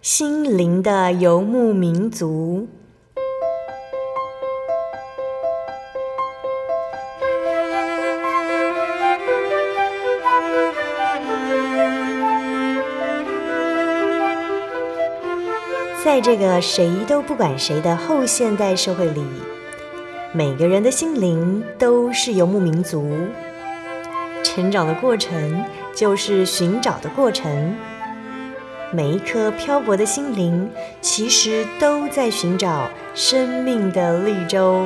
心灵的游牧民族。在这个谁都不管谁的后现代社会里，每个人的心灵都是游牧民族。成长的过程就是寻找的过程，每一颗漂泊的心灵其实都在寻找生命的绿洲。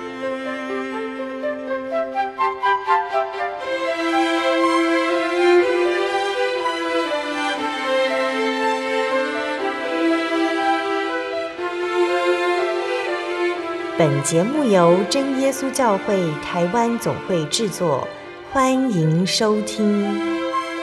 本节目由真耶稣教会台湾总会制作，欢迎收听。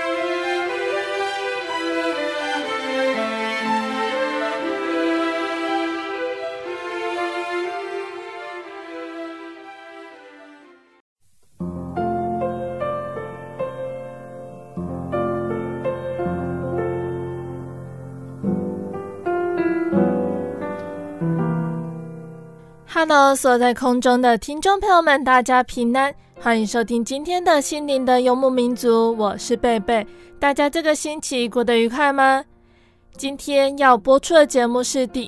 Hello， 所有在空中的听众朋友们，大家平安，欢迎收听今天的心灵的游牧民族，我是贝贝。大家这个星期过得愉快吗？今天要播出的节目是第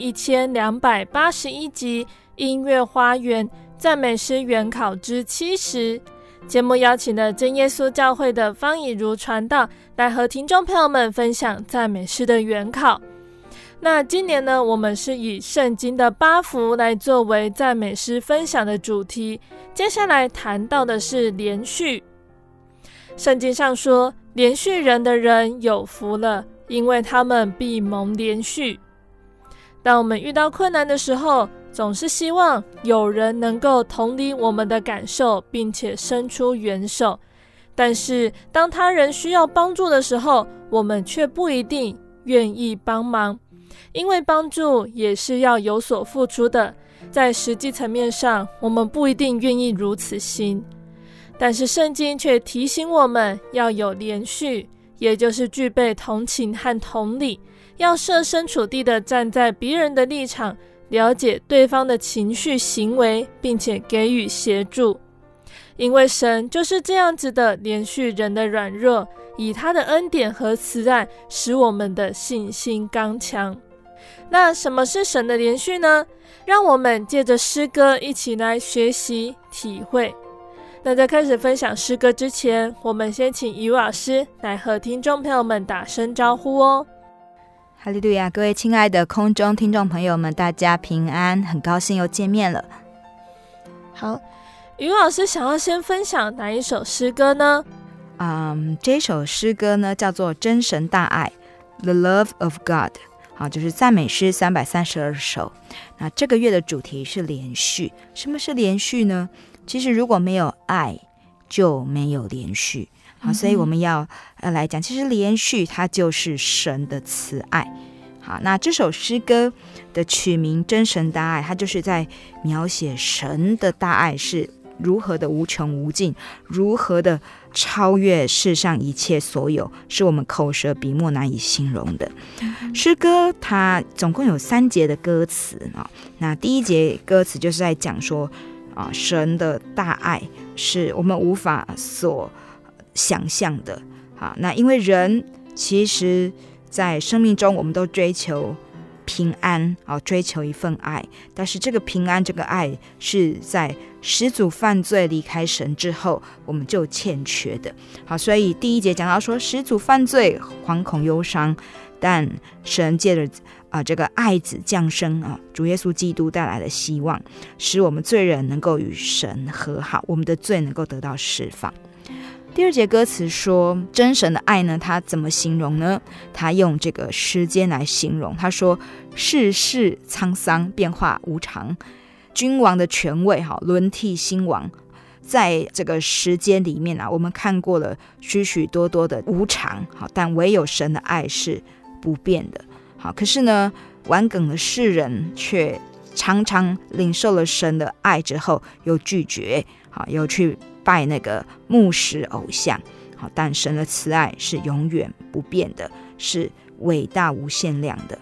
1281集音乐花园赞美诗原考之70。节目邀请了真耶稣教会的方以如传道来和听众朋友们分享赞美诗的原考。那今年呢，我们是以圣经的8福来作为赞美诗分享的主题。接下来谈到的是连续。圣经上说，连续人的人有福了，因为他们必蒙连续。当我们遇到困难的时候，总是希望有人能够同理我们的感受，并且伸出援手。但是当他人需要帮助的时候，我们却不一定愿意帮忙。因为帮助也是要有所付出的，在实际层面上，我们不一定愿意如此行。但是圣经却提醒我们要有连续，也就是具备同情和同理，要设身处地的站在别人的立场，了解对方的情绪行为，并且给予协助。因为神就是这样子的连续人的软弱，以他的恩典和慈爱使我们的信心刚强。那什么是神的连续呢？让我们借着诗歌一起来学习体会。那在开始分享诗歌之前，我们先请于老师来和听众朋友们打声招呼哦。 哈利路亚，各位亲爱的空中听众朋友们，大家平安，很高兴又见面了。 好，于老师想要先分享哪一首诗歌呢？ 这首诗歌呢叫做真神大爱 The Love of God， 好，就是赞美诗332首。那这个月的主题是连续。什么是连续呢？其实如果没有爱就没有连续。好，所以我们要来讲，其实连续它就是神的慈爱。好，那这首诗歌的取名真神大爱，它就是在描写神的大爱是如何的无穷无尽，如何的超越世上一切所有，是我们口舌笔墨难以形容的。诗歌它总共有3节的歌词。那第一节歌词就是在讲说神的大爱是我们无法所想象的。那因为人其实在生命中我们都追求平安，追求一份爱，但是这个平安这个爱是在始祖犯罪离开神之后我们就欠缺的。好，所以第一节讲到说始祖犯罪惶恐忧伤，但神借着这个爱子降生主耶稣基督带来的希望，使我们罪人能够与神和好，我们的罪能够得到释放。第二节歌词说真神的爱呢，他怎么形容呢？他用这个时间来形容，他说世事沧桑，变化无常，君王的权位轮替兴亡。在这个时间里面我们看过了许许多多的无常，但唯有神的爱是不变的。可是呢，顽梗的世人却常常领受了神的爱之后又拒绝，又去拜那个木石偶像。但神的慈爱是永远不变的，是伟大无限量的。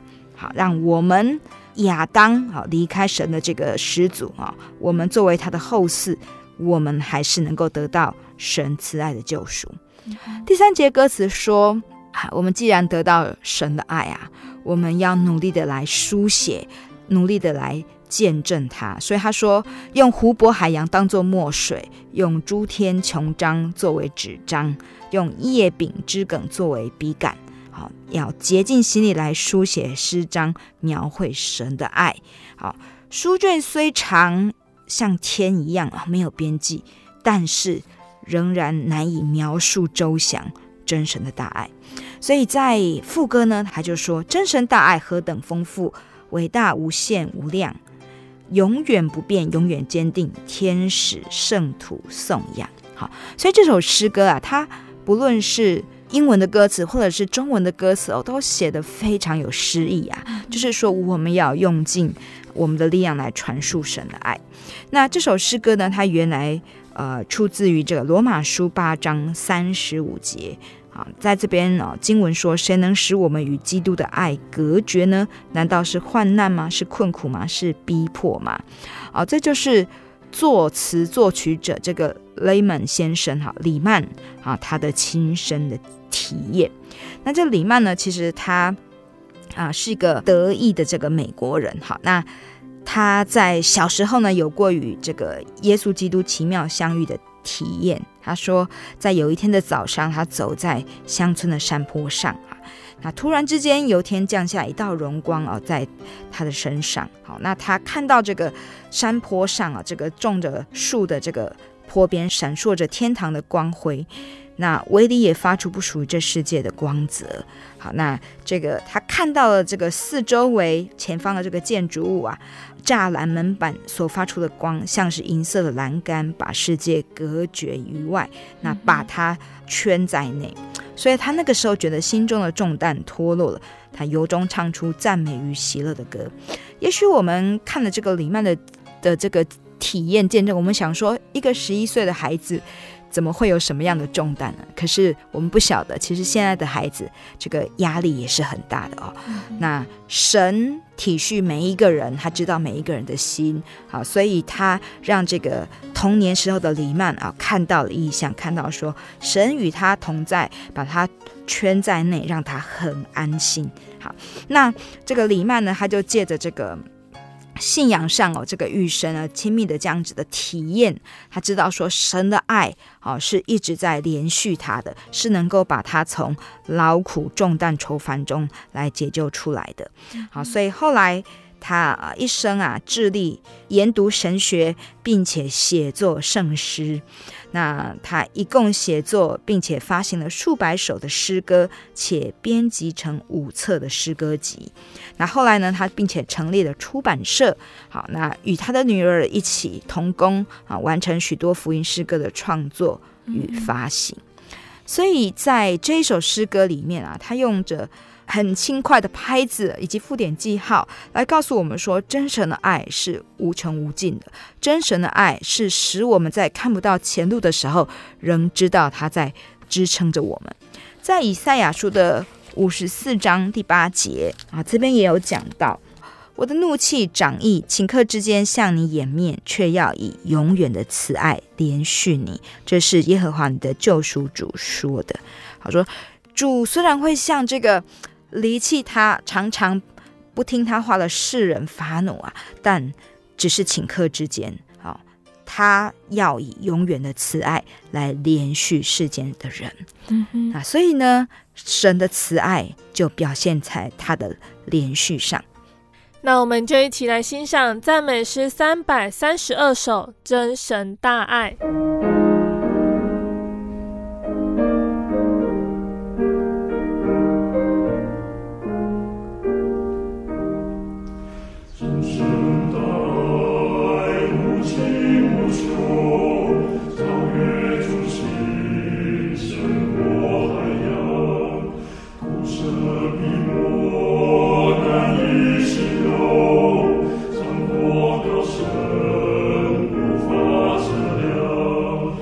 好，让我们亚当离开神的这个始祖，我们作为他的后嗣，我们还是能够得到神慈爱的救赎。第3节歌词说，我们既然得到神的爱我们要努力的来书写，努力的来见证它。所以他说，用湖泊海洋当作墨水，用诸天穹苍作为纸张，用叶柄枝梗作为笔杆，要竭尽心力来书写诗章，描绘神的爱。书卷虽长，像天一样没有边际，但是仍然难以描述周详真神的大爱。所以在副歌呢，他就说，真神大爱何等丰富，伟大无限无量，永远不变，永远坚定，天使圣徒颂扬。好，所以这首诗歌它不论是英文的歌词或者是中文的歌词都写得非常有诗意就是说我们要用尽我们的力量来传述神的爱。那这首诗歌呢，它原来出自于这个罗马书8章35节。在这边经文说，谁能使我们与基督的爱隔绝呢？难道是患难吗？是困苦吗？是逼迫吗？这就是作词作曲者这个雷曼先生李曼他的亲身的体验。那这李曼呢，其实他是一个德裔的这个美国人。那他在小时候呢，有过与这个耶稣基督奇妙相遇的体验。他说，在有一天的早上，他走在乡村的山坡上那突然之间由天降下一道荣光在他的身上。那他看到这个山坡上这个种着树的这个坡边闪烁着天堂的光辉，那围里也发出不属于这世界的光泽。好，那这个他看到了这个四周围前方的这个建筑物栅栏门板所发出的光，像是银色的栏杆，把世界隔绝于外，那把它圈在内。所以他那个时候觉得心中的重担脱落了，他由衷唱出赞美与喜乐的歌。也许我们看了这个李曼的这个体验见证，我们想说，一个11岁的孩子怎么会有什么样的重担呢？可是我们不晓得，其实现在的孩子这个压力也是很大的那神体恤每一个人，他知道每一个人的心，所以他让这个童年时候的李曼看到了异象，看到说神与他同在，把他圈在内，让他很安心。好，那这个李曼呢，他就借着这个信仰上这个与神亲密的这样子的体验，他知道说神的爱是一直在连续他的，是能够把他从劳苦重担愁烦中来解救出来的。好，所以后来他一生致力研读神学，并且写作圣诗。那他一共写作并且发行了数百首的诗歌，且编辑成5册的诗歌集。那后来呢，他并且成立了出版社。好，那与他的女儿一起同工完成许多福音诗歌的创作与发行。所以在这一首诗歌里面他用着很轻快的拍子以及附点记号来告诉我们说，真神的爱是无穷无尽的，真神的爱是使我们在看不到前路的时候仍知道他在支撑着我们。在以赛亚书的54章第8节这边也有讲到，我的怒气长意，顷刻之间向你掩面，却要以永远的慈爱连续你。这是耶和华你的救赎主说的。好，说主虽然会向这个离弃他常常不听他话的世人发怒但只是顷刻之间他要以永远的慈爱来连续世间的人。所以呢，神的慈爱就表现在他的连续上。 那我们就一起来欣赏赞美诗332首，真神大爱。 无法测量。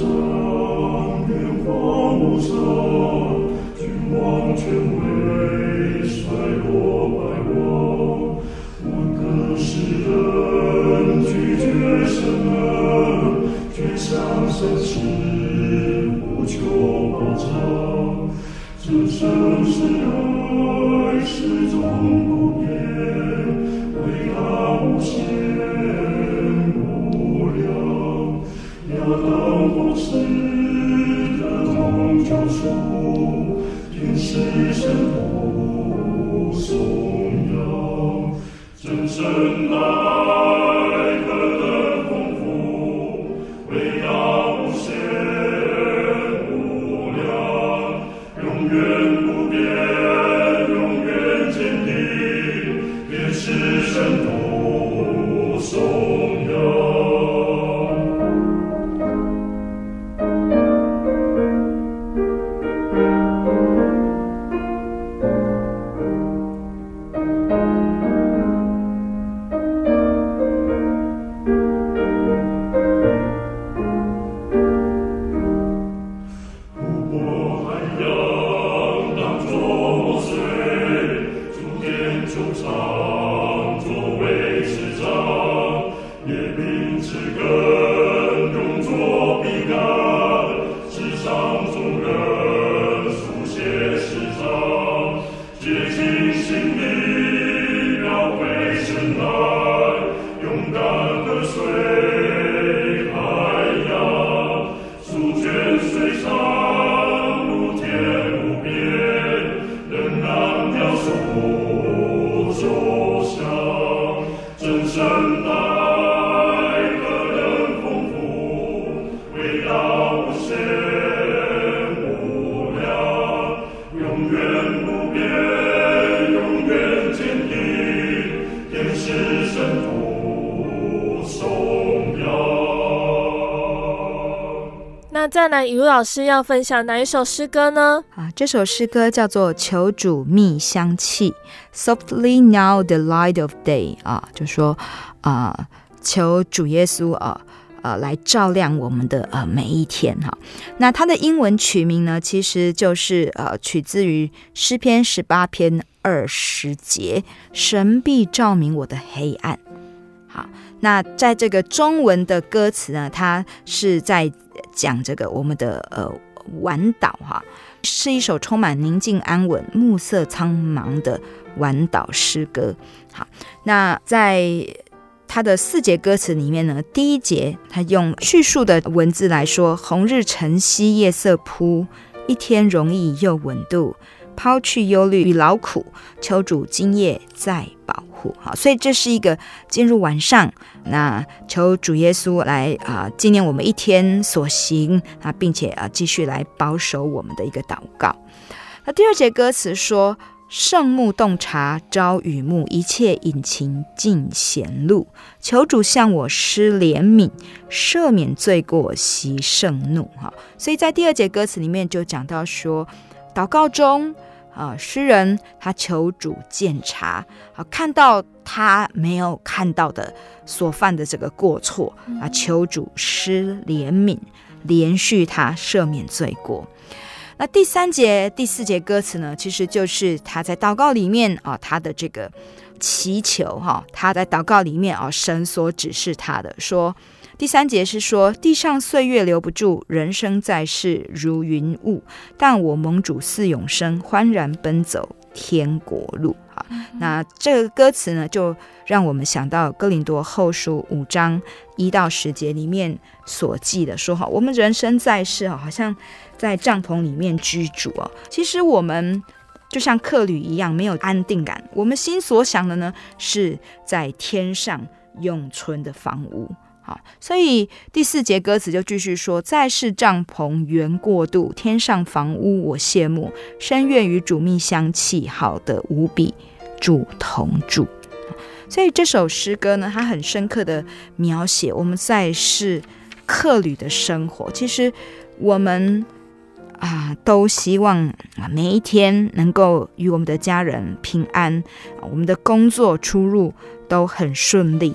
那再来，雨老师要分享哪一首诗歌呢？ 这首诗歌叫做《求主蜜香气》 Softly now the light of day 就说求主耶稣来照亮我们的每一天哈。那它的英文曲名呢，其实就是取自于诗篇18篇20节，神必照明我的黑暗。好，那在这个中文的歌词呢，它是在讲这个我们的晚岛哈，是一首充满宁静安稳、暮色苍茫的晚岛诗歌。好，那在它的4节歌词里面呢，第一节它用叙述的文字来说：红日晨曦，夜色铺，一天容易又稳度，抛去忧虑与劳苦，求主今夜再保护。好，所以这是一个进入晚上，那求主耶稣来纪念我们一天所行，并且继续来保守我们的一个祷告。那第2节歌词说：圣目洞察朝与暮，一切隐情尽显露，求主向我施怜悯，赦免罪过息盛怒。所以在第2节歌词里面就讲到说，祷告中诗人他求主鉴察，看到他没有看到的所犯的这个过错，求主施怜悯，连续他赦免罪过。那第3节、第4节歌词呢，其实就是他在祷告里面他的这个祈求他在祷告里面神所指示他的说，第3节是说：地上岁月留不住，人生在世如云雾，但我蒙主赐永生，欢然奔走天国路。那这个歌词呢，就让我们想到哥林多后书5章1到10节里面所记的说，我们人生在世好像在帐篷里面居住其实我们就像客旅一样，没有安定感。我们心所想的呢，是在天上永存的房屋。好，所以第4节歌词就继续说：在世帐篷原过度，天上房屋我羡慕，深愿与主蜜香气，好得无比主同住。所以这首诗歌呢，它很深刻的描写我们在世客旅的生活。其实我们都希望每一天能够与我们的家人平安，我们的工作出入都很顺利，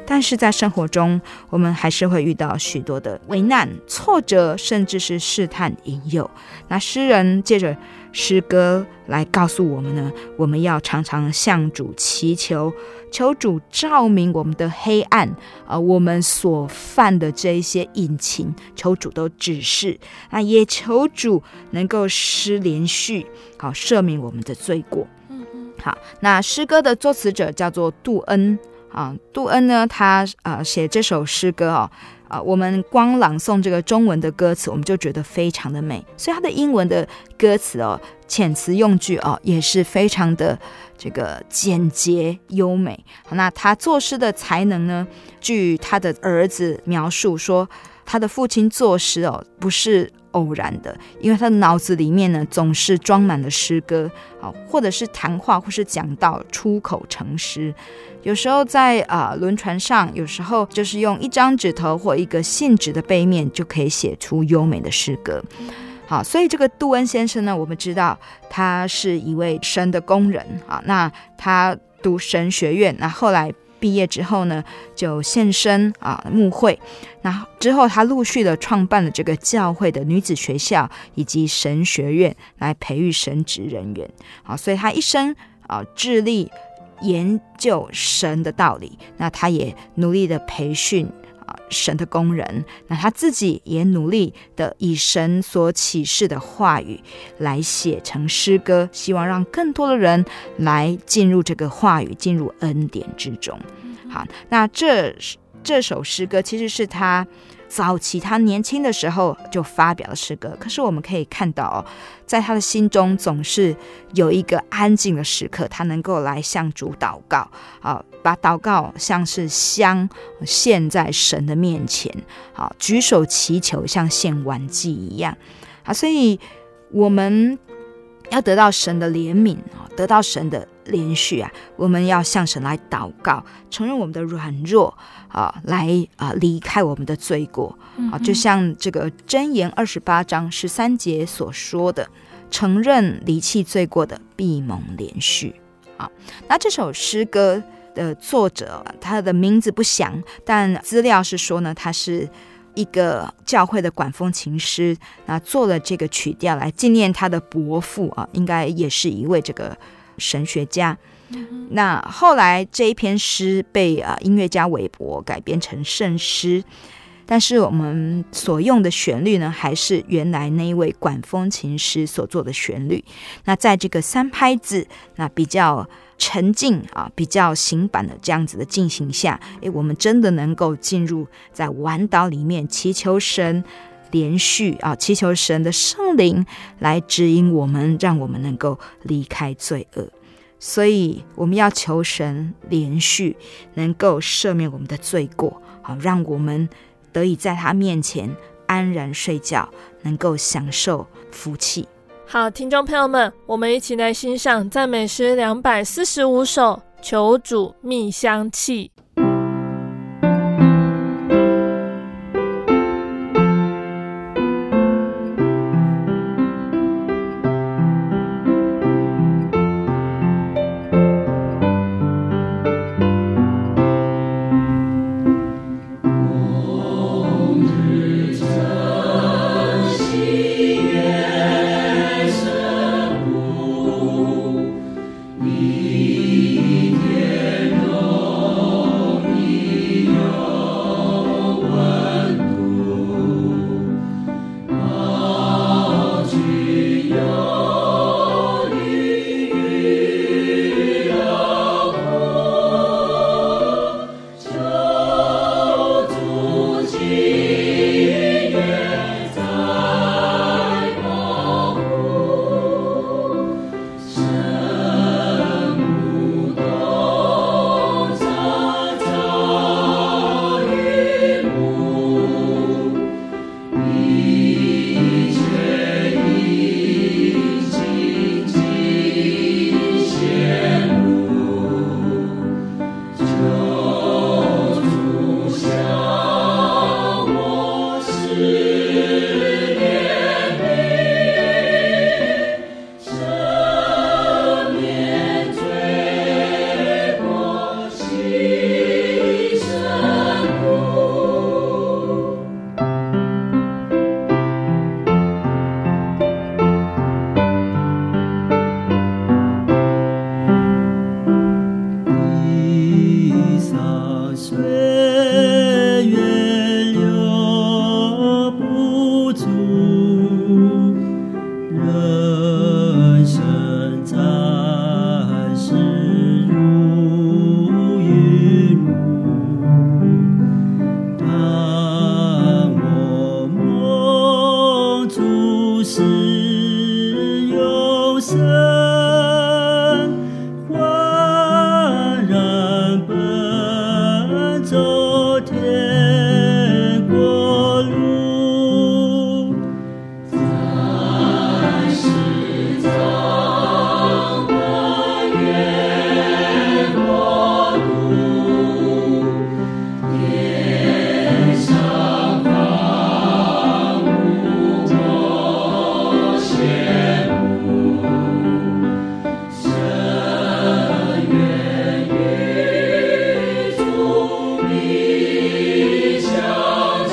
但是在生活中，我们还是会遇到许多的危难、挫折，甚至是试探、引诱。那诗人借着诗歌来告诉我们呢，我们要常常向主祈求，求主照明我们的黑暗，我们所犯的这一些隐情，求主都指示，那也求主能够施怜恤，好赦免我们的罪过。好，那诗歌的作词者叫做杜恩杜恩呢，他写这首诗歌我们光朗诵这个中文的歌词，我们就觉得非常的美，所以他的英文的歌词遣词用句也是非常的这个简洁优美。那他作诗的才能呢，据他的儿子描述说，他的父亲作诗不是偶然的，因为他的脑子里面呢总是装满了诗歌，或者是谈话或是讲道出口成诗。有时候在轮船上，有时候就是用一张纸头或一个信纸的背面就可以写出优美的诗歌。好，所以这个杜恩先生呢，我们知道他是一位神的工人那他读神学院，那后来毕业之后呢，就献身牧会。那之后他陆续的创办了这个教会的女子学校以及神学院，来培育神职人员。所以他一生致力研究神的道理，那他也努力的培训神的工人，那他自己也努力的以神所启示的话语来写成诗歌，希望让更多的人来进入这个话语，进入恩典之中。好，那这首诗歌其实是他早期他年轻的时候就发表的诗歌，可是我们可以看到在他的心中总是有一个安静的时刻，他能够来向主祷告把祷告像是香献在神的面前，举手祈求像献完祭一样。所以我们要得到神的怜悯，得到神的连续我们要向神来祷告，承认我们的软弱来离开我们的罪过就像这个箴言28章13节所说的，承认离弃罪过的必蒙连续那这首诗歌的作者他的名字不详，但资料是说呢，他是一个教会的管风琴师，那做了这个曲调来纪念他的伯父应该也是一位这个神学家。那后来这一篇诗被音乐家韦伯改编成圣诗，但是我们所用的旋律呢，还是原来那一位管风琴师所做的旋律。那在这个三拍子，那比较沉静比较行板的这样子的进行下，我们真的能够进入在晚祷里面，祈求神连续祈求神的圣灵来指引我们，让我们能够离开罪恶。所以我们要求神连续能够赦免我们的罪过，让我们得以在他面前安然睡觉，能够享受福气。 好，听众朋友们，我们一起来欣赏赞美诗245首，求主蜜香气。 一天中岁月留不住，人生在世如云雾，当我梦注视永生，焕然奔走天国路，在世中奔越国度，天上万物我羡慕，深渊与主必相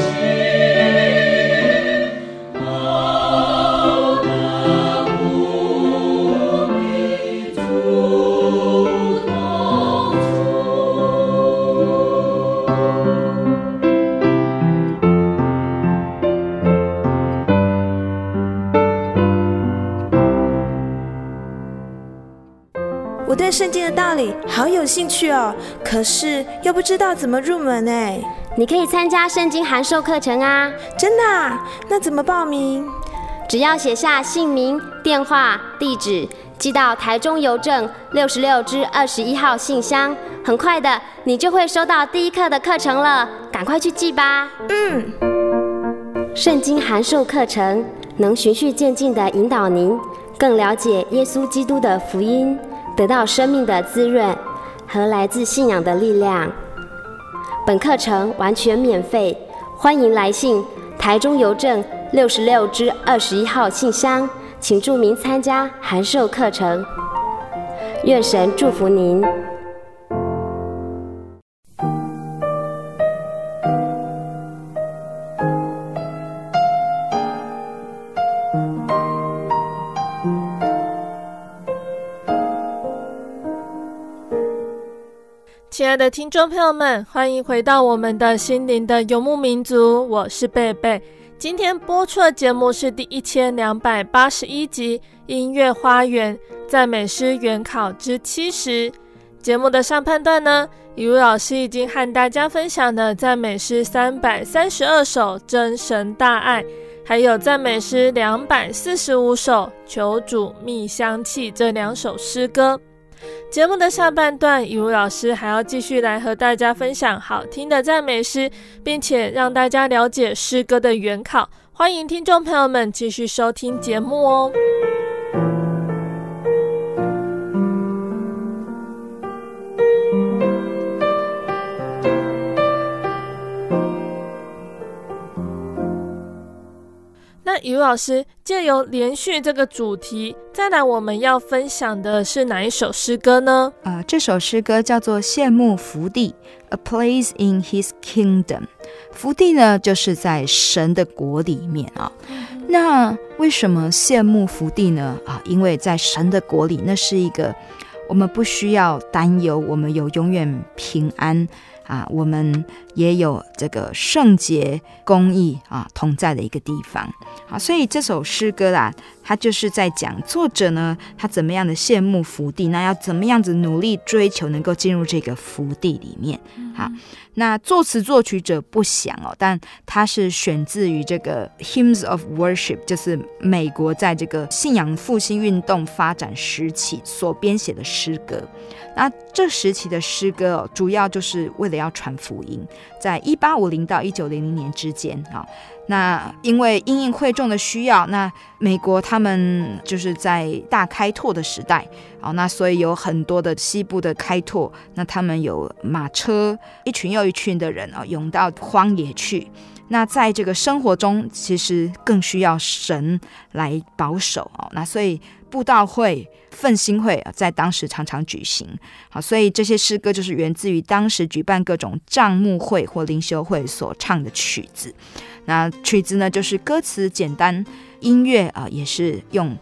亲，好的不必主动我对圣经的道理好有兴趣哦，可是又不知道怎么入门哎。 你可以参加圣经函授课程啊！ 真的啊？那怎么报名？ 只要写下姓名、电话、地址，寄到台中邮政66支21号信箱，很快的你就会收到第一课的课程了，赶快去寄吧。圣经函授课程能循序渐进地引导您更了解耶稣基督的福音，得到生命的滋润和来自信仰的力量。本课程完全免费，欢迎来信台中邮政66支21号信箱，请注明参加函授课程。愿神祝福您。 亲爱的听众朋友们，欢迎回到我们的心灵的游牧民族，我是贝贝。今天播出的节目是第1281集音乐花园赞美诗原考之70。节目的上半段呢，雨露老师已经和大家分享了赞美诗332首真神大爱，还有赞美诗245首求主蜜香气这2首诗歌。节目的下半段，雨露老师还要继续来和大家分享好听的赞美诗，并且让大家了解诗歌的原考。欢迎听众朋友们继续收听节目哦。那雨露老师借由连续这个主题，再来我们要分享的是哪一首诗歌呢？ 这首诗歌叫做羡慕福地 A Place in His Kingdom。 福地呢，就是在神的国里面啊。那为什么羡慕福地呢？因为在神的国里，那是一个我们不需要担忧，我们有永远平安我们也有这个圣洁公义同在的一个地方。所以这首诗歌啦，它就是在讲作者呢，他怎么样的羡慕福地，那要怎么样子努力追求能够进入这个福地里面。那作词作曲者不详但它是选自于这个 Hymns of Worship， 就是美国在这个信仰复兴运动发展时期所编写的诗歌。那这时期的诗歌主要就是为了要传福音，在1850到1900年之间那因为因应会众的需要，那美国他们就是在大开拓的时代那所以有很多的西部的开拓，那他们有马车，一群又一群的人涌到荒野去。那在这个生活中，其实更需要神来保守那所以布道会、奋兴会在当时常常举行。所以这些诗歌就是源自于当时举办各种帐幕会或灵修会所唱的曲子。那曲子呢，就是歌词简单，音乐也是用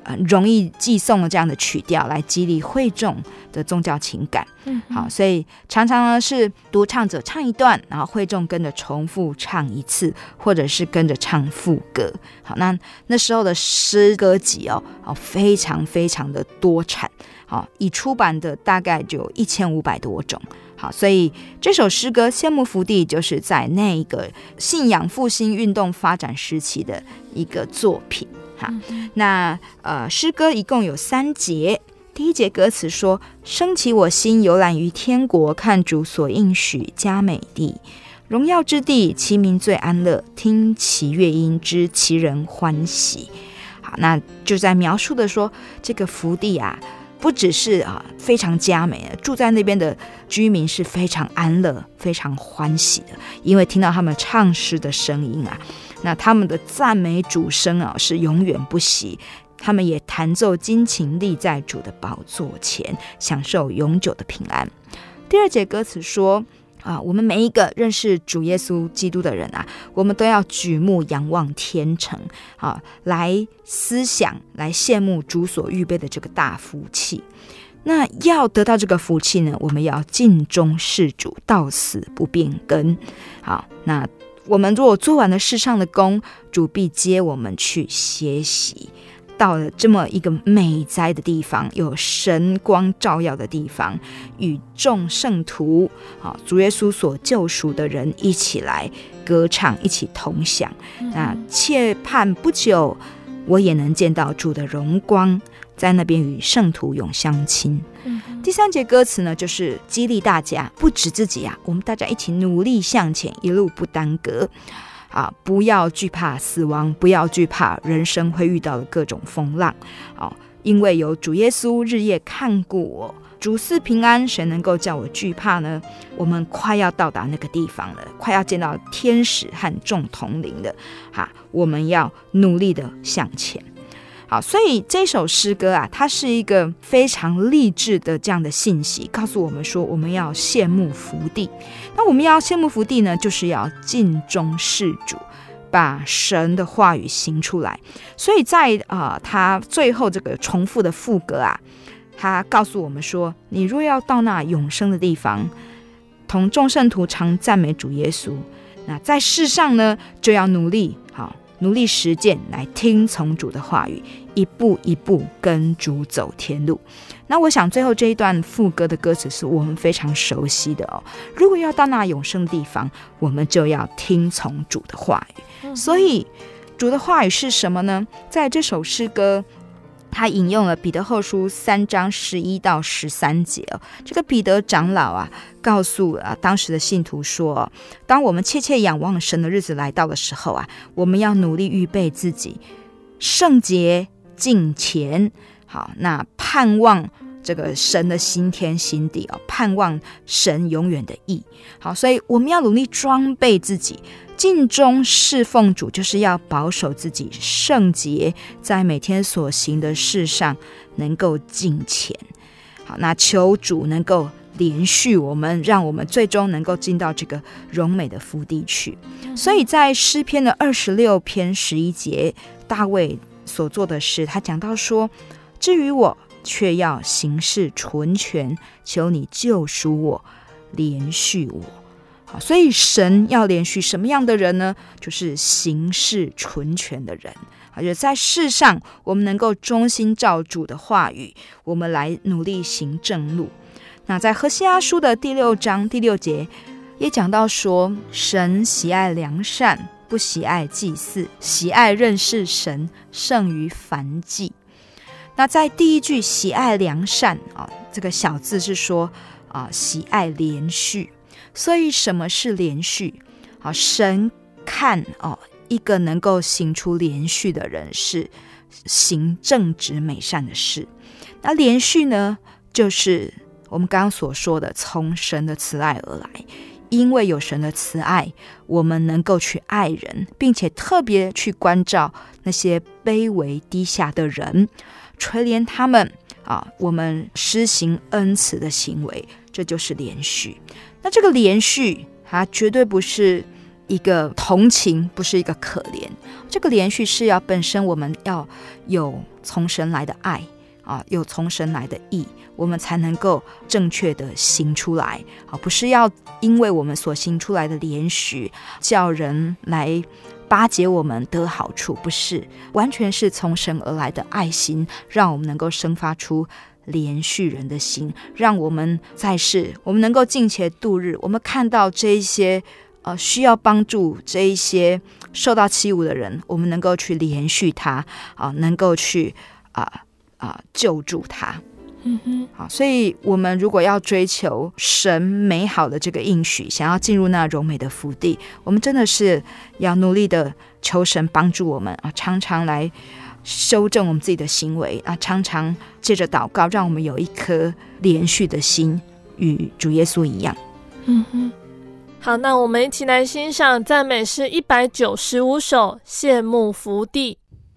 容易寄颂的这样的曲调来激励会众的宗教情感。好，所以常常呢是独唱者唱一段，然后会众跟着重复唱一次，或者是跟着唱副歌。好，那时候的诗歌集非常非常的多产。好，已出版的大概就有1500多种。好，所以这首诗歌《羡慕福地》就是在那个信仰复兴运动发展时期的一个作品。那诗歌一共有3节。第1节歌词说：升起我心，游览于天国，看主所应许佳美地，荣耀之地，其民最安乐，听其乐音，知其人欢喜。好，那就在描述的说，这个福地啊，不只是非常佳美，住在那边的居民是非常安乐、非常欢喜的，因为听到他们唱诗的声音啊，那他们的赞美主声是永远不息。他们也弹奏金琴，立在主的宝座前，享受永久的平安。第2节歌词说我们每一个认识主耶稣基督的人啊，我们都要举目仰望天城来思想，来羡慕主所预备的这个大福气。那要得到这个福气呢，我们要尽忠事主，到死不变更。好，那我们如果做完了世上的工，主必接我们去歇息。到了这么一个美哉的地方，有神光照耀的地方，与众圣徒主耶稣所救赎的人一起来歌唱，一起同享。那切盼不久我也能见到主的荣光，在那边与圣徒永相亲。第3节歌词呢，就是激励大家，不止自己我们大家一起努力向前，一路不耽搁。不要惧怕死亡，不要惧怕人生会遇到的各种风浪。因为有主耶稣日夜看顾我，主赐平安，谁能够叫我惧怕呢？我们快要到达那个地方了，快要见到天使和众同灵了。我们要努力的向前。好，所以这首诗歌它是一个非常励志的这样的信息，告诉我们说我们要羡慕福地。那我们要羡慕福地呢，就是要尽忠事主，把神的话语行出来。所以在他最后这个重复的副歌他告诉我们说，你若要到那永生的地方，同众圣徒常赞美主耶稣，那在世上呢，就要努力实践，来听从主的话语，一步一步跟主走天路。那我想最后这一段副歌的歌词是我们非常熟悉的如果要到那永生的地方，我们就要听从主的话语。所以主的话语是什么呢？在这首诗歌他引用了彼得后书3章11到13节这个彼得长老告诉当时的信徒说，当我们切切仰望神的日子来到的时候我们要努力预备自己，圣洁敬虔。好，那盼望这个神的新天新地盼望神永远的义。好，所以我们要努力装备自己，尽忠侍奉主，就是要保守自己圣洁，在每天所行的事上能够敬虔。好，那求主能够连续我们，让我们最终能够进到这个荣美的福地去。所以在诗篇的26篇11节，大卫所做的诗，他讲到说，至于我却要行事纯全，求你救赎我，连续我。好，所以神要连续什么样的人呢？就是行事纯全的人。就在世上我们能够忠心照主的话语，我们来努力行正路。那在何西阿书的第6章第6节也讲到说，神喜爱良善，不喜爱祭祀，喜爱认识神胜于燔祭。那在第1句喜爱良善这个小字是说喜爱连续。所以什么是连续？神看一个能够行出连续的人是行正直美善的事。那连续呢，就是我们刚刚所说的从神的慈爱而来。因为有神的慈爱，我们能够去爱人，并且特别去关照那些卑微低下的人，垂怜他们我们施行恩慈的行为，这就是连续。那这个连续它绝对不是一个同情，不是一个可怜。这个连续是要本身我们要有从神来的爱啊，有从神来的义，我们才能够正确的行出来啊，不是要因为我们所行出来的连续叫人来巴结我们得好处，不是，完全是从神而来的爱心，让我们能够生发出连续人的心，让我们在世我们能够尽且度日。我们看到这一些需要帮助，这一些受到欺侮的人，我们能够去连续他能够去救助他。好，所以我们如果要追求神美好的这个应许，想要进入那荣美的福地，我们真的是要努力的求神帮助我们常常来修正我们自己的行为常常借着祷告，让我们有一颗连续的心，与主耶稣一样。 好，那我们一起来欣赏赞美诗195首，羡慕福地。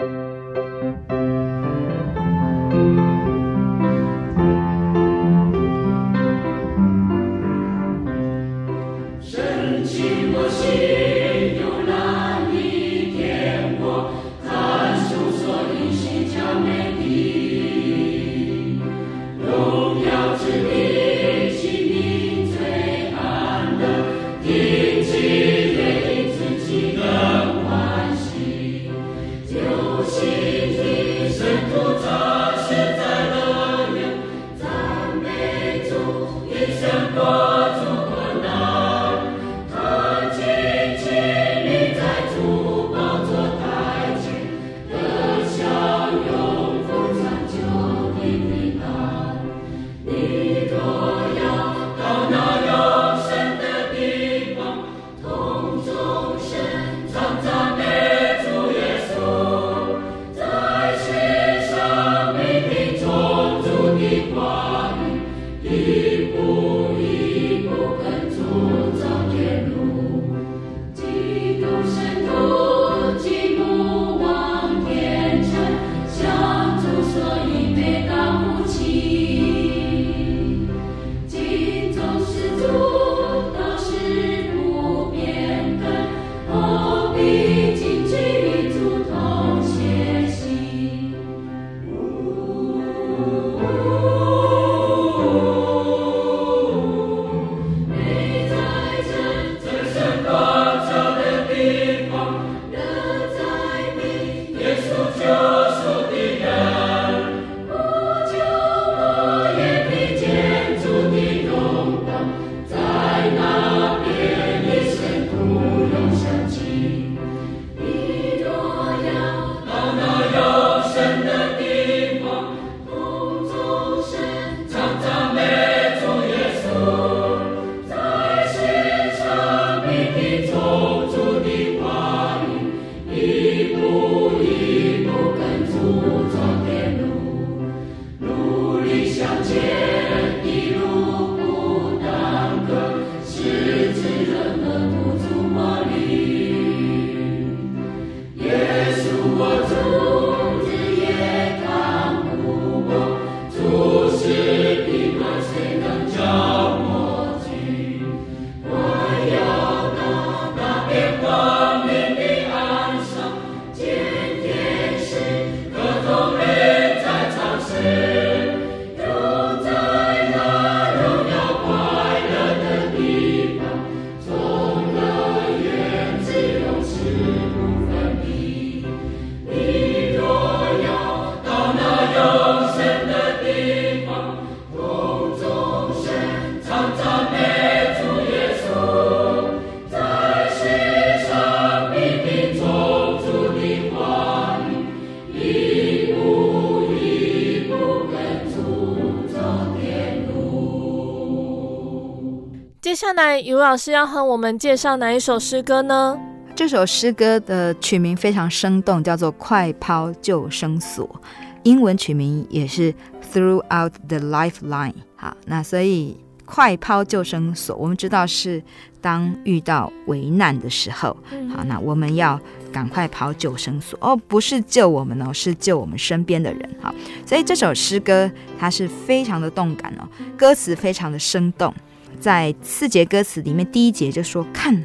接下来尤老师要和我们介绍哪一首诗歌呢？ 这首诗歌的曲名非常生动，叫做快抛救生索，英文曲名也是 Throughout the Lifeline。 好，那所以快抛救生索，我们知道是当遇到危难的时候，好，那我们要赶快跑救生索不是救我们是救我们身边的人。好，所以这首诗歌它是非常的动感歌词非常的生动。在4节歌词里面，第1节就说看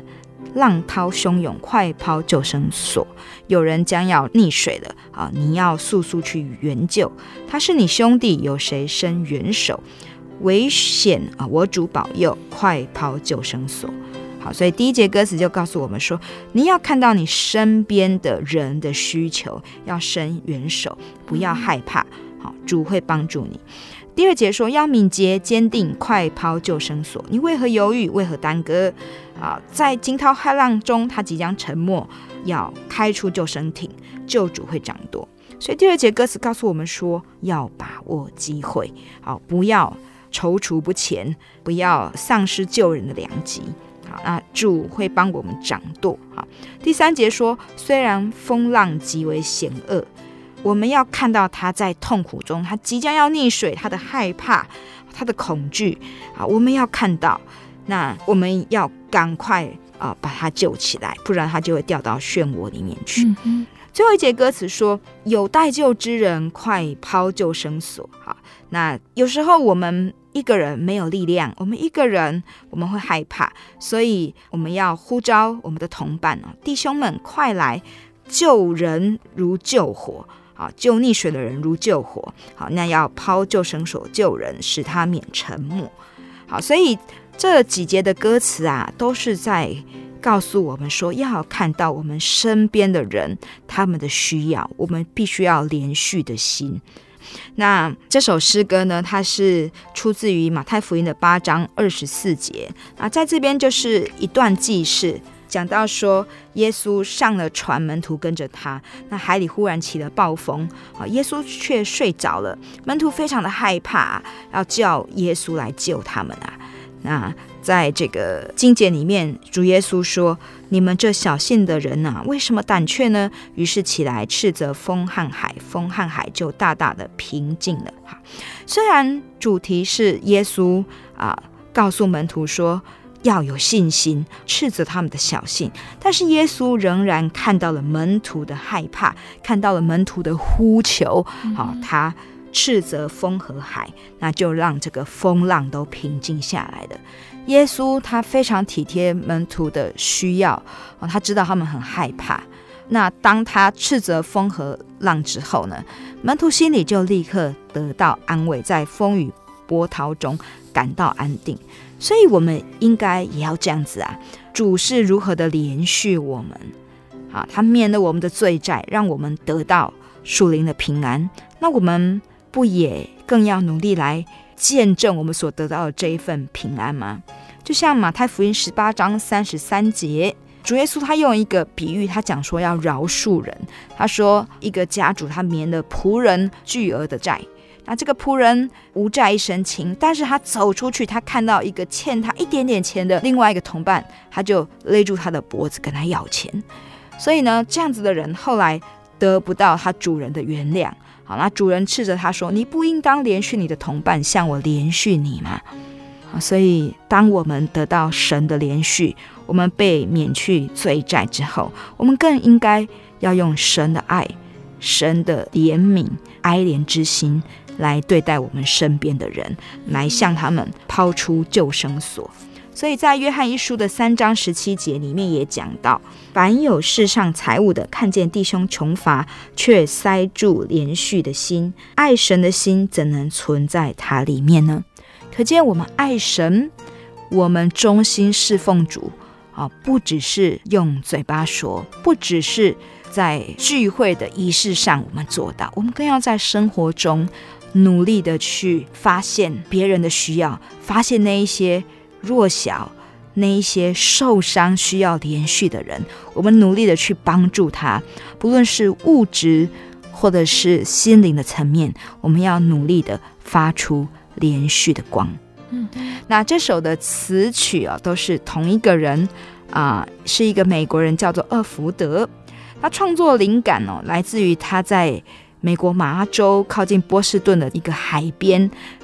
浪涛汹涌，快抛救生索。有人将要溺水了你要速速去援救。他是你兄弟，有谁伸援手？危险我主保佑，快抛救生索。好，所以第一节歌词就告诉我们说，你要看到你身边的人的需求，要伸援手，不要害怕。好，主会帮助你。第二节说，要敏捷坚定，快抛救生索。你为何犹豫？为何耽搁？在惊涛骇浪中，他即将沉没，要开出救生艇，救主会掌舵。所以第二节歌词告诉我们说，要把握机会，不要踌躇不前，不要丧失救人的良机。那主会帮我们掌舵。第三节说，虽然风浪极为险恶，我们要看到他在痛苦中，他即将要溺水，他的害怕，他的恐惧，我们要看到，那我们要赶快把他救起来，不然他就会掉到漩涡里面去。最后一节歌词说，有待救之人，快抛救生索。那有时候我们一个人没有力量，我们一个人我们会害怕，所以我们要呼召我们的同伴弟兄们，快来，救人如救火，救溺水的人如救火。好，那要抛救生索救人，使他免沉没。好，所以这几节的歌词都是在告诉我们说，要看到我们身边的人他们的需要，我们必须要连续的心。那这首诗歌呢，它是出自于马太福音的8章24节。在这边就是一段记事，讲到说耶稣上了船，门徒跟着他，那海里忽然起了暴风，耶稣却睡着了，门徒非常的害怕，要叫耶稣来救他们那在这个经节里面，主耶稣说，你们这小信的人为什么胆怯呢？于是起来斥责风和海，风和海就大大的平静了。虽然主题是耶稣告诉门徒说要有信心，斥责他们的小信，但是耶稣仍然看到了门徒的害怕，看到了门徒的呼求，他斥责风和海，那就让这个风浪都平静下来的。耶稣他非常体贴门徒的需要，他知道他们很害怕。那当他斥责风和浪之后呢，门徒心里就立刻得到安慰，在风雨波涛中感到安定。所以我们应该也要这样子主是如何的连续我们他免了我们的罪债，让我们得到属灵的平安。那我们不也更要努力来见证我们所得到的这一份平安吗？就像马太福音18章33节，主耶稣他用一个比喻，他讲说要饶恕人。他说一个家主他免了仆人巨额的债，那这个仆人无债一身轻，但是他走出去，他看到一个欠他一点点钱的另外一个同伴，他就勒住他的脖子跟他要钱。所以呢，这样子的人后来得不到他主人的原谅。好，那主人斥责他说，你不应当连续你的同伴，像我连续你吗？所以当我们得到神的连续，我们被免去罪债之后，我们更应该要用神的爱，神的怜悯哀怜之心来对待我们身边的人，来向他们抛出救生索。所以在约翰一书的3章17节里面也讲到，凡有世上财物的，看见弟兄穷乏，却塞住连续的心，爱神的心怎能存在他里面呢？可见我们爱神，我们忠心侍奉主不只是用嘴巴说，不只是在聚会的仪式上我们做到，我们更要在生活中努力的去发现别人的需要，发现那一些弱小，那一些受伤需要连续的人，我们努力的去帮助他，不论是物质或者是心灵的层面，我们要努力的发出连续的光。那这首的词曲都是同一个人是一个美国人叫做厄福德。他创作灵感来自于他在美国马州靠近波士顿的一个海边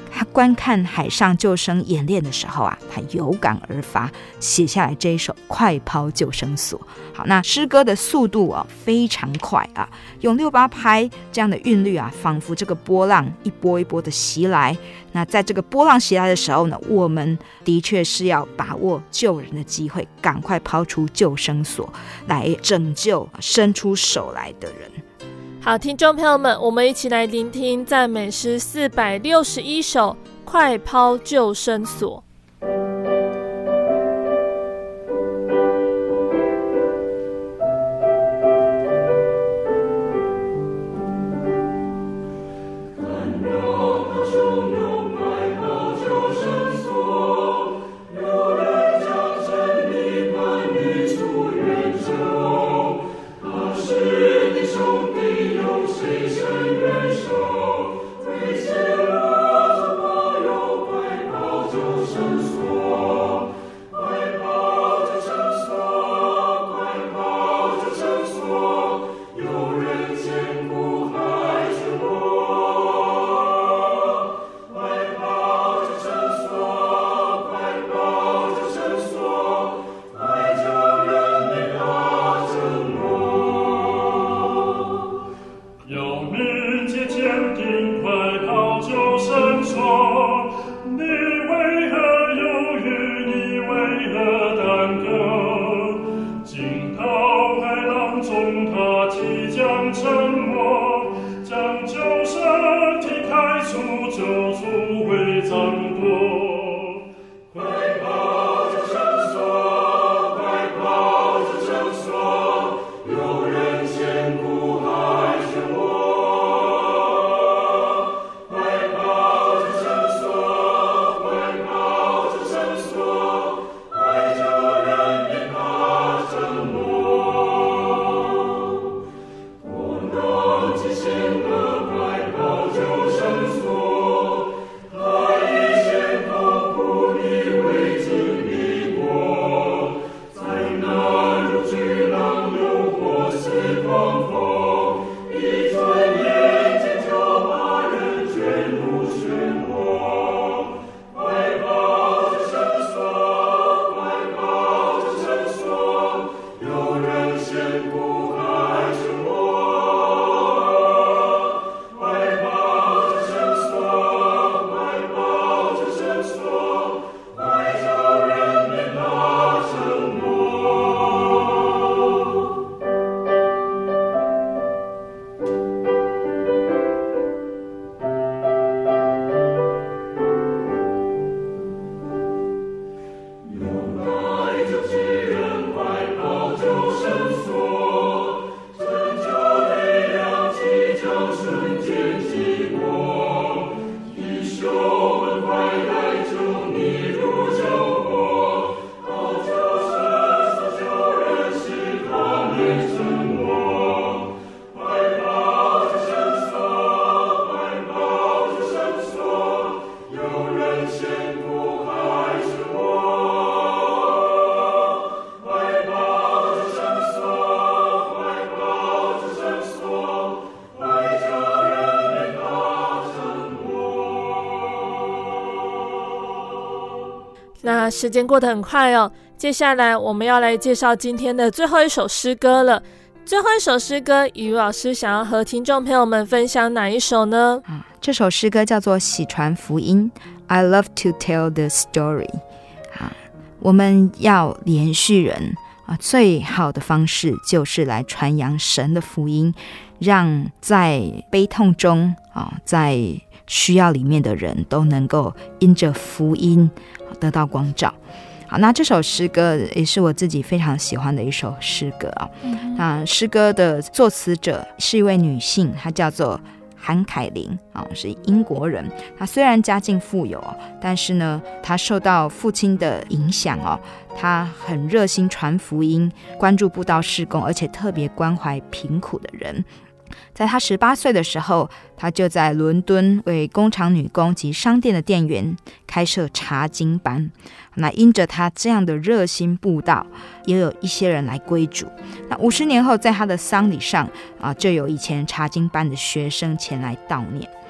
他观看海上救生演练的时候啊，他有感而发，写下来这一首《快抛救生索》。好，那诗歌的速度非常快啊，用6/8拍这样的韵律啊，仿佛这个波浪一波一波的袭来。那在这个波浪袭来的时候呢，我们的确是要把握救人的机会，赶快抛出救生索来拯救伸出手来的人。 好，听众朋友们，我们一起来聆听赞美诗461首《快抛救生索》。那时间过得很快哦，接下来我们要来介绍今天的最后一首诗歌了。最后一首诗歌，雨老师想要和听众朋友们分享哪一首呢？ 这首诗歌叫做《喜传福音》 I love to tell the story。我们要连续人最好的方式就是来传扬神的福音，让在悲痛中在需要里面的人都能够因着福音得到光照。好，那这首诗歌也是我自己非常喜欢的一首诗歌那诗歌的作词者是一位女性，她叫做韩凯琳是英国人。她虽然家境富有但是呢，她受到父亲的影响她很热心传福音，关注布道事工，而且特别关怀贫苦的人。在她18岁的时候，她就在伦敦为工厂女工及商店的店员开设查经班。那因着她这样的热心布道，也有一些人来归主。那50年后，在她的丧礼上就有以前查经班的学生前来悼念。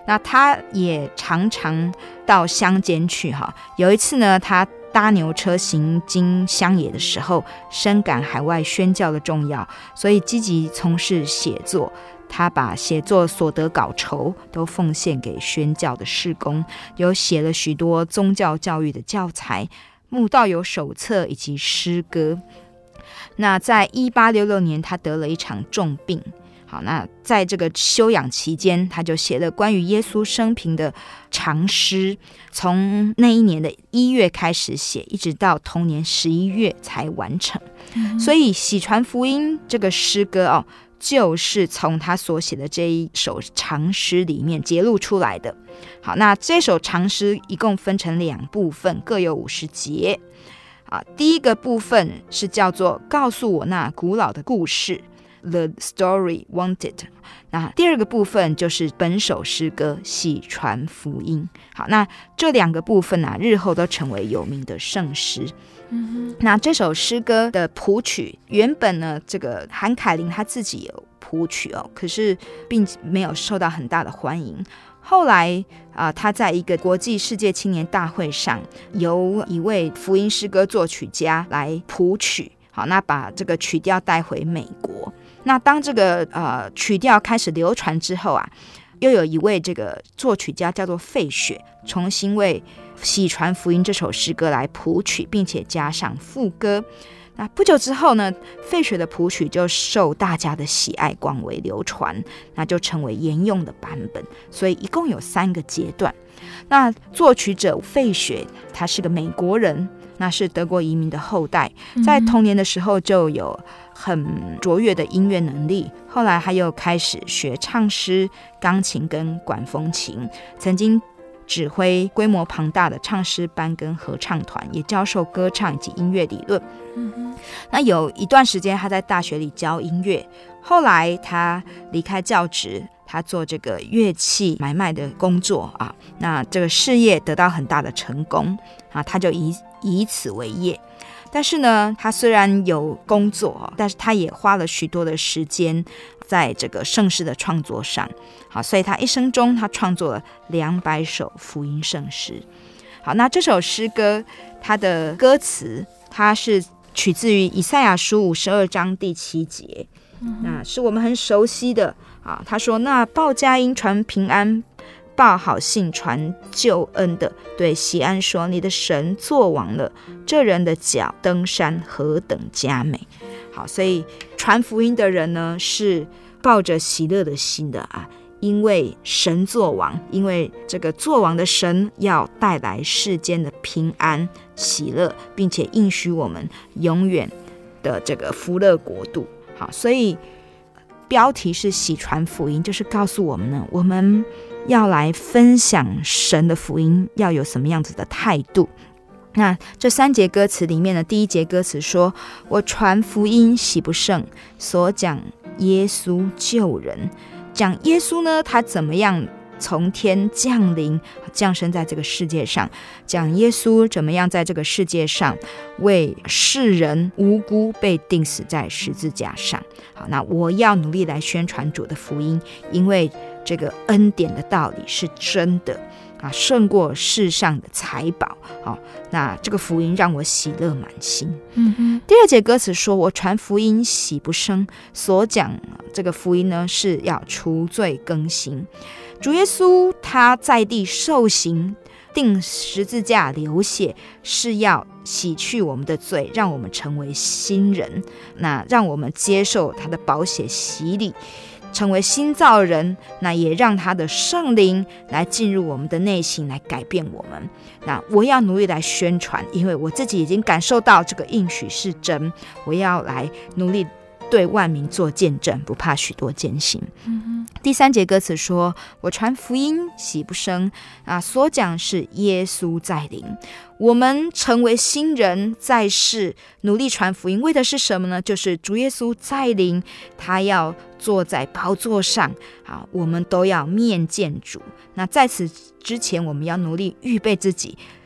那他也常常到乡间去哈。有一次呢，他搭牛车行经乡野的时候，深感海外宣教的重要，所以积极从事写作。他把写作所得稿酬都奉献给宣教的事工，有写了许多宗教教育的教材、慕道友手册以及诗歌。那在1866年，他得了一场重病。好，那在这个休养期间，他就写了关于耶稣生平的长诗，从那一年的1月开始写，一直到同年11月才完成。所以喜传福音这个诗歌就是从他所写的这一首长诗里面节录出来的。好，那这首长诗一共分成2部分，各有50节。第一个部分是叫做告诉我那古老的故事 The Story Wanted。 那第二个部分就是本首诗歌喜传福音。好，那这2个部分日后都成为有名的圣诗。那这首诗歌的谱曲原本呢，这个韩凯琳他自己有谱曲可是并没有受到很大的欢迎。后来他在一个国际世界青年大会上，由一位福音诗歌作曲家来谱曲。好，那把这个曲调带回美国。那当这个曲调开始流传之后又有一位这个作曲家叫做费雪，重新为喜传福音这首诗歌来谱曲，并且加上副歌。那不久之后呢，费雪的谱曲就受大家的喜爱，广为流传，那就成为沿用的版本。所以一共有3个阶段。那作曲者费雪他是个美国人，那是德国移民的后代，在童年的时候就有很卓越的音乐能力，后来他又开始学唱诗、钢琴跟管风琴，曾经指挥规模庞大的唱诗班跟合唱团，也教授歌唱以及音乐理论。那有一段时间他在大学里教音乐，后来他离开教职，他做这个乐器买卖的工作那这个事业得到很大的成功他就以此为业。但是呢，他虽然有工作，但是他也花了许多的时间在这个圣诗的创作上。好，所以他一生中他创作了200首福音圣诗。好，那这首诗歌它的歌词，它是取自于以赛亚书52章第7节，那是我们很熟悉的他说：那报佳音传平安，报好信传救恩的，对西安说，你的神作王了，这人的脚登山何等佳美。好，所以传福音的人呢，是抱着喜乐的心的因为神作王，因为这个作王的神要带来世间的平安喜乐，并且应许我们永远的这个福乐国度。好，所以标题是喜传福音，就是告诉我们呢，我们要来分享神的福音要有什么样子的态度。那这3节歌词里面的第1节歌词说，我传福音喜不胜，所讲耶稣救人。讲耶稣呢，他怎么样从天降临降生在这个世界上，讲耶稣怎么样在这个世界上为世人无辜被钉死在十字架上。好，那我要努力来宣传主的福音，因为这个恩典的道理是真的胜过世上的财宝。那这个福音让我喜乐满心。第2节歌词说，我传福音喜不胜，所讲这个福音呢，是要除罪更新。主耶稣他在地受刑，钉十字架流血，是要洗去我们的罪，让我们成为新人，那让我们接受他的宝血洗礼，成为新造人，那也让他的圣灵来进入我们的内心，来改变我们。那我要努力来宣传，因为我自己已经感受到这个应许是真，我要来努力对万民做见证，不怕许多艰辛。第3节歌词说，我传福音喜不胜所讲是耶稣在临。我们成为新人，在世努力传福音，为的是什么呢？就是主耶稣在临，他要坐在宝座上我们都要面见主。那在此之前，我们要努力预备自己，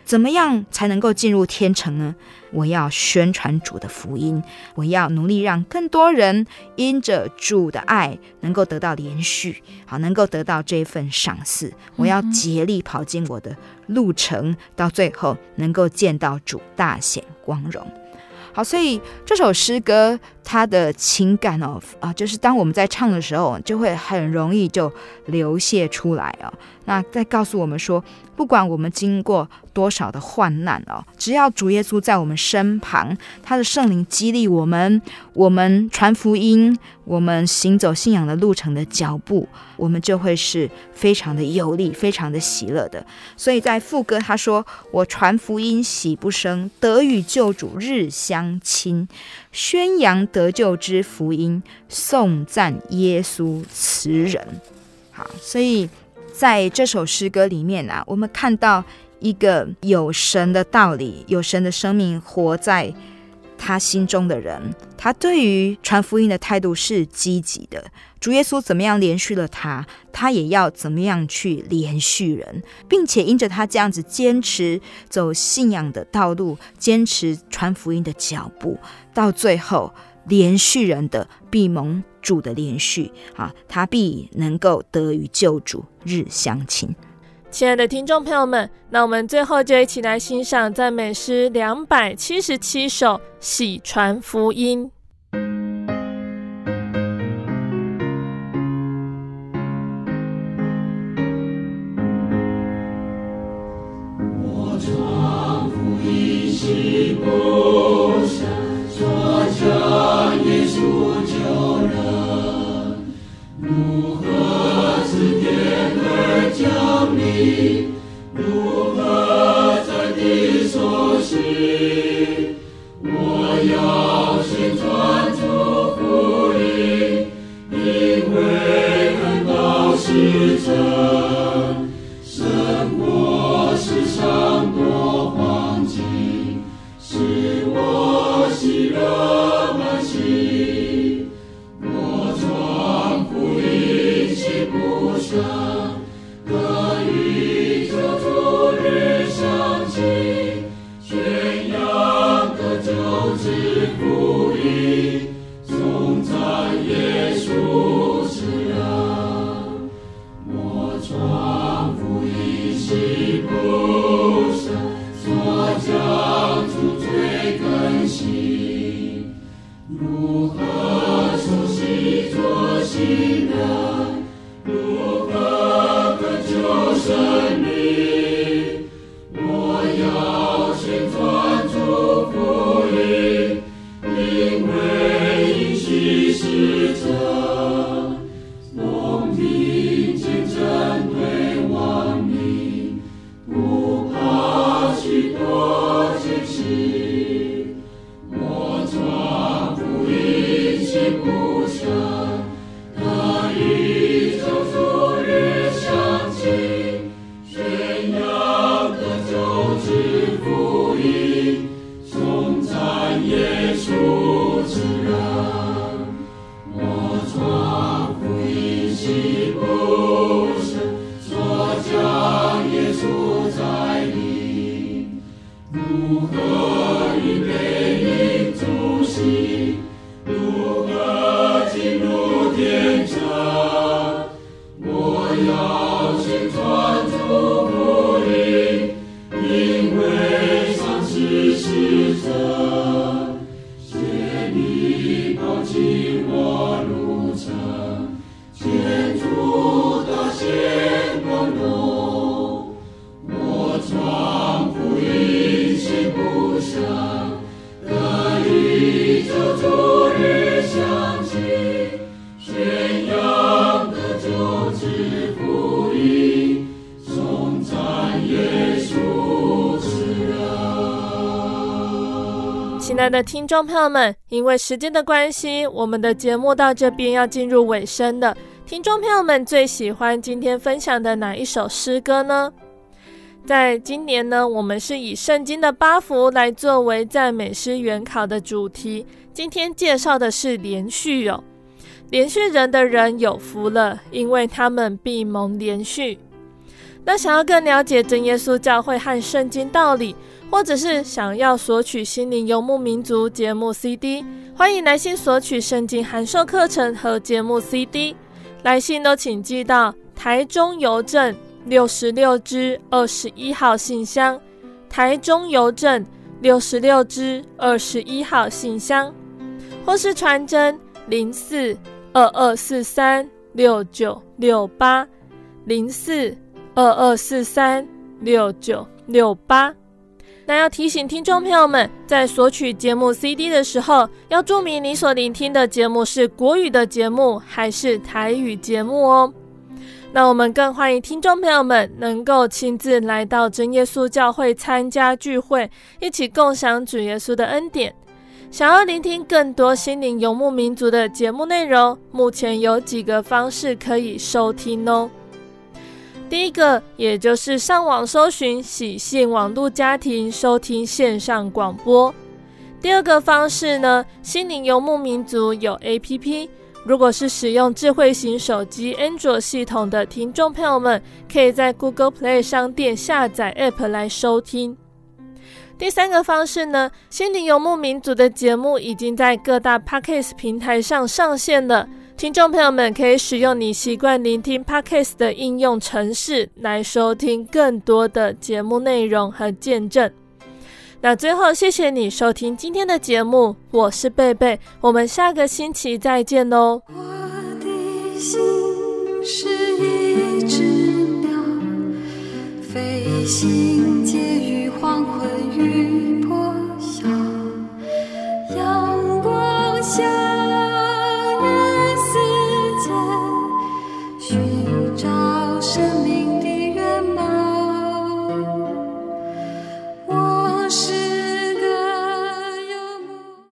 怎么样才能够进入天城呢？我要宣传主的福音，我要努力让更多人因着主的爱能够得到连续，好，能够得到这一份赏赐。我要竭力跑进我的路程，到最后能够见到主大显光荣。好，所以这首诗歌它的情感就是当我们在唱的时候，就会很容易就流泻出来那再告诉我们说，不管我们经过多少的患难只要主耶稣在我们身旁，他的圣灵激励我们传福音，我们行走信仰的路程的脚步，我们就会是非常的有力，非常的喜乐的。所以在副歌他说，我传福音喜不生，得与救主日相亲，宣扬得救之福音，颂赞耶稣慈人。好，所以在这首诗歌里面我们看到一个有神的道理，有神的生命活在他心中的人，他对于传福音的态度是积极的。主耶稣怎么样连续了他，他也要怎么样去连续人，并且因着他这样子坚持走信仰的道路，坚持传福音的脚步，到最后连续人的必蒙主的连续他必能够得与救主日相亲。 亲爱的听众朋友们，那我们最后就一起来欣赏赞美诗277首喜传福音。 我传福音喜不生，说讲耶稣救人，如何赐天而降临，如何在地受洗，我要宣传主福音，因为看到是真，胜过世上多黄金，使我喜乐满心。我传福音喜不生，可与救主日相亲，宣扬得救之福音，颂赞耶稣是人。我传福音喜不生，所讲主罪更新，如何受洗作新人，如何得救生命，我要宣传主福音，因为应许是真，奉命见证对亡命，不怕许多艰辛。我传福音喜不生，可与救主日相亲，宣扬得救之福音，颂赞耶稣之人。我传福音喜不生，所讲耶稣在临，如何预备领主席，如何进入天城，我要宣传主福音，因为上次是真，谢你抱紧我路程，牵主大显光荣。我传福音喜不生，可与救主日相亲，宣扬得救之福音，颂赞耶稣是人。 亲爱的听众朋友们，因为时间的关系，我们的节目到这边要进入尾声了。听众朋友们最喜欢今天分享的哪一首诗歌呢？在今年呢，我们是以圣经的8福来作为赞美诗原考的主题。今天介绍的是连续连续人的人有福了，因为他们必蒙连续。 那想要更了解真耶稣教会和圣经道理，或者是想要索取心灵游牧民族节目 CD， 欢迎来信索取圣经函授课程和节目 CD。 来信都请寄到台中邮政66支21号信箱，台中邮政66支21号信箱，或是传真04-2243-6968 04-2243-6968。那要提醒听众朋友们，在索取节目 CD 的时候，要注明你所聆听的节目是国语的节目还是台语节目哦。那我们更欢迎听众朋友们能够亲自来到真耶稣教会参加聚会，一起共享主耶稣的恩典。想要聆听更多心灵游牧民族的节目内容，目前有几个方式可以收听哦。第一个，也就是上网搜寻喜信网络家庭收听线上广播。第二个方式呢，心灵游牧民族有 APP， 如果是使用智慧型手机 Android 系统的听众朋友们，可以在 Google Play 商店下载 App 来收听。第三个方式呢，心灵游牧民族的节目已经在各大 Podcast 平台上上线了，听众朋友们可以使用你习惯聆听 Podcast 的应用程式来收听更多的节目内容和见证。那最后，谢谢你收听今天的节目，我是贝贝，我们下个星期再见哦。 我的心是一只鸟，飞行介于黄昏与破晓，阳光下